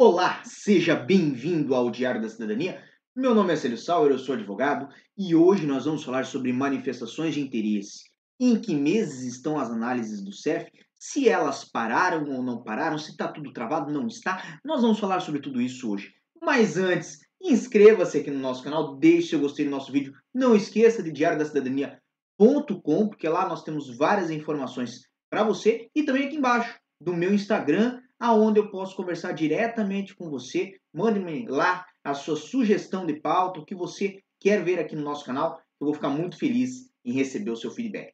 Olá, seja bem-vindo ao Diário da Cidadania. Meu nome é Célio Sauer, eu sou advogado e hoje nós vamos falar sobre manifestações de interesse. Em que meses estão as análises do CEF? Se elas pararam ou não pararam, se está tudo travado, não está. Nós vamos falar sobre tudo isso hoje. Mas antes, inscreva-se aqui no nosso canal, deixe seu gostei no nosso vídeo. Não esqueça de diariodacidadania.com, porque lá nós temos várias informações para você e também aqui embaixo do meu Instagram, aonde eu posso conversar diretamente com você. Mande-me lá a sua sugestão de pauta, o que você quer ver aqui no nosso canal. Eu vou ficar muito feliz em receber o seu feedback.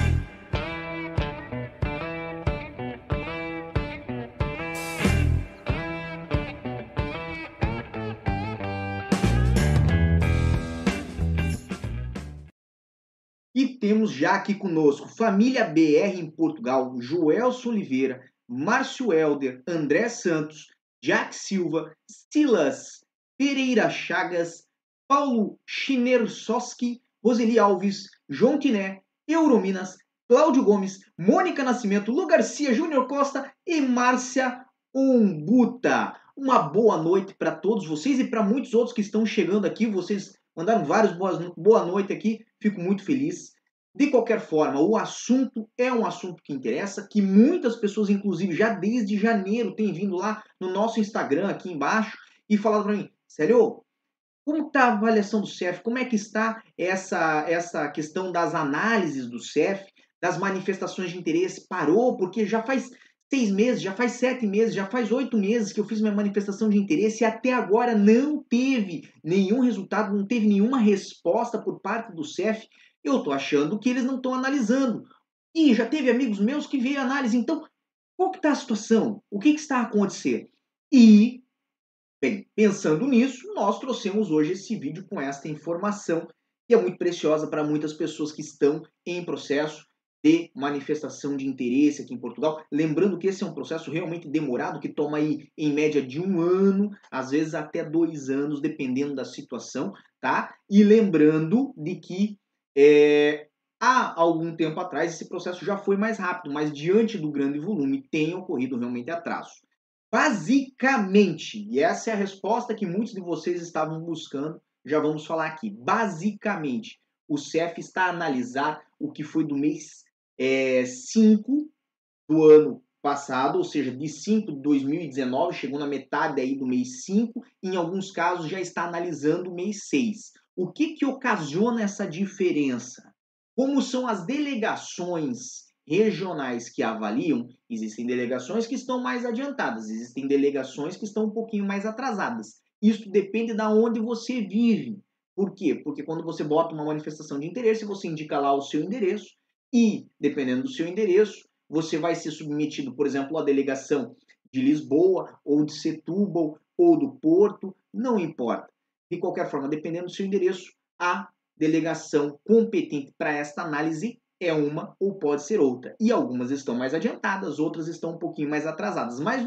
E temos já aqui conosco Família BR em Portugal, Joelson Oliveira, Márcio Helder, André Santos, Jack Silva, Silas Pereira Chagas, Paulo Chinersoski, Roseli Alves, João Tiné, Eurominas, Cláudio Gomes, Mônica Nascimento, Lu Garcia, Júnior Costa e Márcia Umbuta. Uma boa noite para todos vocês e para muitos outros que estão chegando aqui. Vocês mandaram vários boa noite aqui, fico muito feliz. De qualquer forma, o assunto é um assunto que interessa, que muitas pessoas, inclusive, já desde janeiro, têm vindo lá no nosso Instagram, aqui embaixo, e falado para mim, Célio, como está a avaliação do CEF? Como é que está essa questão das análises do CEF, das manifestações de interesse? Parou? Porque já faz 6 meses, já faz 7 meses, já faz 8 meses que eu fiz minha manifestação de interesse e até agora não teve nenhum resultado, não teve nenhuma resposta por parte do CEF. Eu estou achando que eles não estão analisando. E já teve amigos meus que veio análise. Então, qual que está a situação? O que está a acontecer? E bem, pensando nisso, nós trouxemos hoje esse vídeo com esta informação que é muito preciosa para muitas pessoas que estão em processo de manifestação de interesse aqui em Portugal. Lembrando que esse é um processo realmente demorado, que toma aí em média de 1 ano, às vezes até 2 anos, dependendo da situação, tá? E lembrando de que há algum tempo atrás esse processo já foi mais rápido, mas diante do grande volume tem ocorrido realmente atraso. Basicamente, e essa é a resposta que muitos de vocês estavam buscando, já vamos falar aqui. Basicamente, o CEF está a analisar o que foi do mês 5 do ano passado, ou seja, de 5 de 2019, chegou na metade aí do mês 5, em alguns casos já está analisando o mês 6. O que ocasiona essa diferença? Como são as delegações regionais que avaliam, existem delegações que estão mais adiantadas, existem delegações que estão um pouquinho mais atrasadas. Isso depende de onde você vive. Por quê? Porque quando você bota uma manifestação de interesse, você indica lá o seu endereço e, dependendo do seu endereço, você vai ser submetido, por exemplo, à delegação de Lisboa, ou de Setúbal, ou do Porto, não importa. De qualquer forma, dependendo do seu endereço, a delegação competente para esta análise é uma ou pode ser outra. E algumas estão mais adiantadas, outras estão um pouquinho mais atrasadas. Mas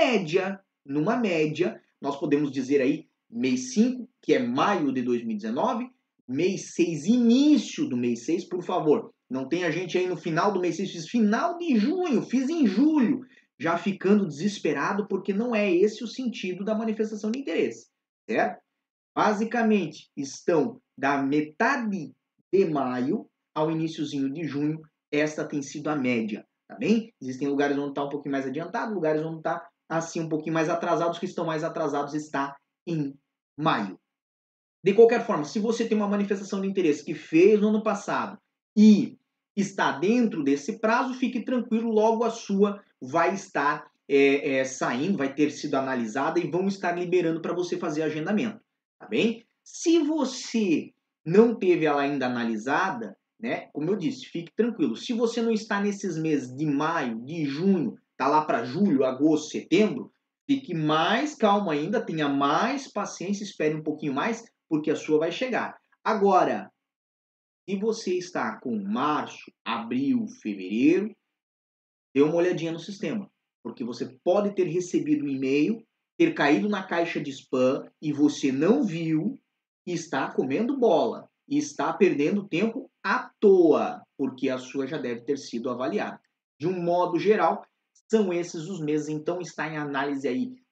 numa média, nós podemos dizer aí mês 5, que é maio de 2019, mês 6, início do mês 6, por favor. Não tem a gente aí no final do mês 6, fiz final de junho, fiz em julho, já ficando desesperado porque não é esse o sentido da manifestação de interesse, certo? Basicamente, estão da metade de maio ao iniciozinho de junho, esta tem sido a média, tá bem? Existem lugares onde está um pouquinho mais adiantado, lugares onde está assim um pouquinho mais atrasado, os que estão mais atrasados está em maio. De qualquer forma, se você tem uma manifestação de interesse que fez no ano passado e está dentro desse prazo, fique tranquilo, logo a sua vai estar saindo, vai ter sido analisada e vão estar liberando para você fazer agendamento, tá bem? Se você não teve ela ainda analisada, né? Como eu disse, fique tranquilo. Se você não está nesses meses de maio, de junho, tá lá para julho, agosto, setembro, fique mais calmo ainda, tenha mais paciência, espere um pouquinho mais, porque a sua vai chegar. Agora, se você está com março, abril, fevereiro, dê uma olhadinha no sistema, porque você pode ter recebido um e-mail, ter caído na caixa de spam e você não viu e está comendo bola e está perdendo tempo à toa, porque a sua já deve ter sido avaliada. De um modo geral, são esses os meses, então está em análise aí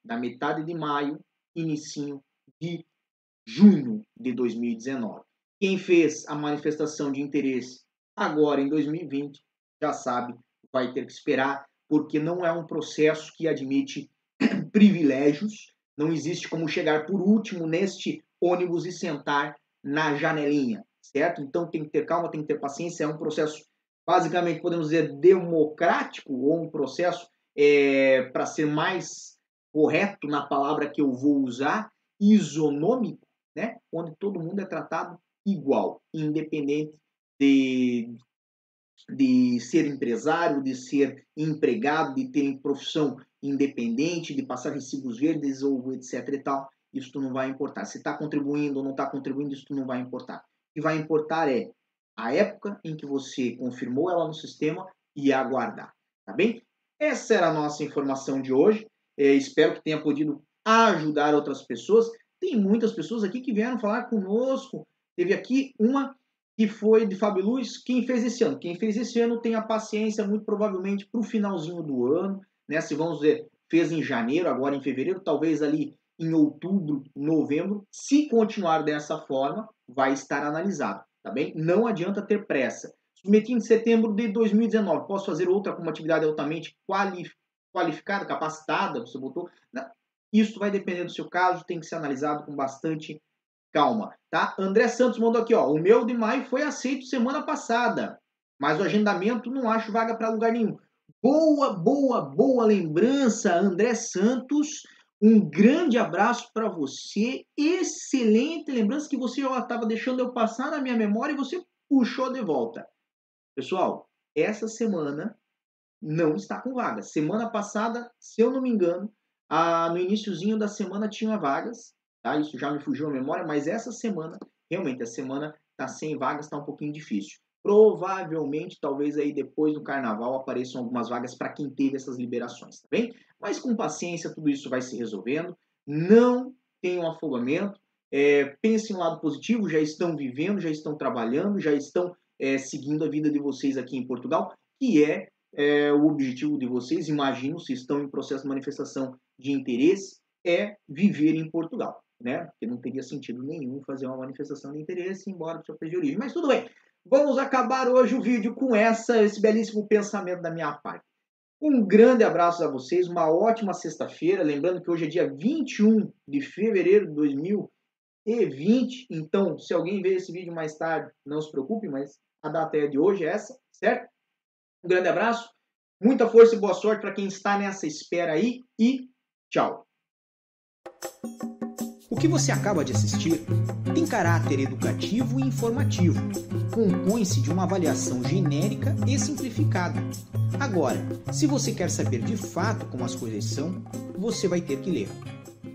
da metade de maio, inicinho de junho de 2019. Quem fez a manifestação de interesse agora em 2020, já sabe, vai ter que esperar, porque não é um processo que admite privilégios, não existe como chegar por último neste ônibus e sentar na janelinha, certo? Então tem que ter calma, tem que ter paciência, é um processo basicamente, podemos dizer, democrático, ou um processo, para ser mais correto na palavra que eu vou usar, isonômico, né? Onde todo mundo é tratado igual, independente de ser empresário, de ser empregado, de ter profissão independente, de passar recibos verdes ou etc e tal, isso não vai importar. Se está contribuindo ou não está contribuindo, isso não vai importar. O que vai importar é a época em que você confirmou ela no sistema e aguardar, tá bem? Essa era a nossa informação de hoje. Espero que tenha podido ajudar outras pessoas. Tem muitas pessoas aqui que vieram falar conosco. Teve aqui uma que foi de Fábio Luiz. Quem fez esse ano? Quem fez esse ano tem a paciência, muito provavelmente, para o finalzinho do ano, né? Se vamos dizer, fez em janeiro, agora em fevereiro, talvez ali em outubro, novembro. Se continuar dessa forma, vai estar analisado, tá bem? Não adianta ter pressa. Submeti em setembro de 2019. Posso fazer outra com uma atividade altamente qualificada, capacitada? Você botou? Não. Isso vai depender do seu caso, tem que ser analisado com bastante calma, tá? André Santos mandou aqui, ó. O meu de maio foi aceito semana passada, mas o agendamento não acho vaga para lugar nenhum. Boa lembrança, André Santos. Um grande abraço para você. Excelente lembrança que você estava deixando eu passar na minha memória e você puxou de volta. Pessoal, essa semana não está com vaga. Semana passada, se eu não me engano, no iniciozinho da semana tinha vagas, tá? Isso já me fugiu a memória, mas essa semana, realmente, a semana está sem vagas, está um pouquinho difícil. Provavelmente, talvez aí depois do carnaval apareçam algumas vagas para quem teve essas liberações, tá bem? Mas com paciência, tudo isso vai se resolvendo. Não tenham afogamento. Pensem no lado positivo, já estão vivendo, já estão trabalhando, já estão seguindo a vida de vocês aqui em Portugal, que é o objetivo de vocês, imagino, se estão em processo de manifestação de interesse, é viver em Portugal, né? Porque não teria sentido nenhum fazer uma manifestação de interesse embora do seu país de origem. Mas tudo bem, vamos acabar hoje o vídeo com esse belíssimo pensamento da minha parte. Um grande abraço a vocês, uma ótima sexta-feira, lembrando que hoje é dia 21 de fevereiro de 2020, então se alguém ver esse vídeo mais tarde, não se preocupe, mas a data é de hoje, é essa, certo? Um grande abraço, muita força e boa sorte para quem está nessa espera aí e tchau! O que você acaba de assistir tem caráter educativo e informativo. Compõe-se de uma avaliação genérica e simplificada. Agora, se você quer saber de fato como as coisas são, você vai ter que ler.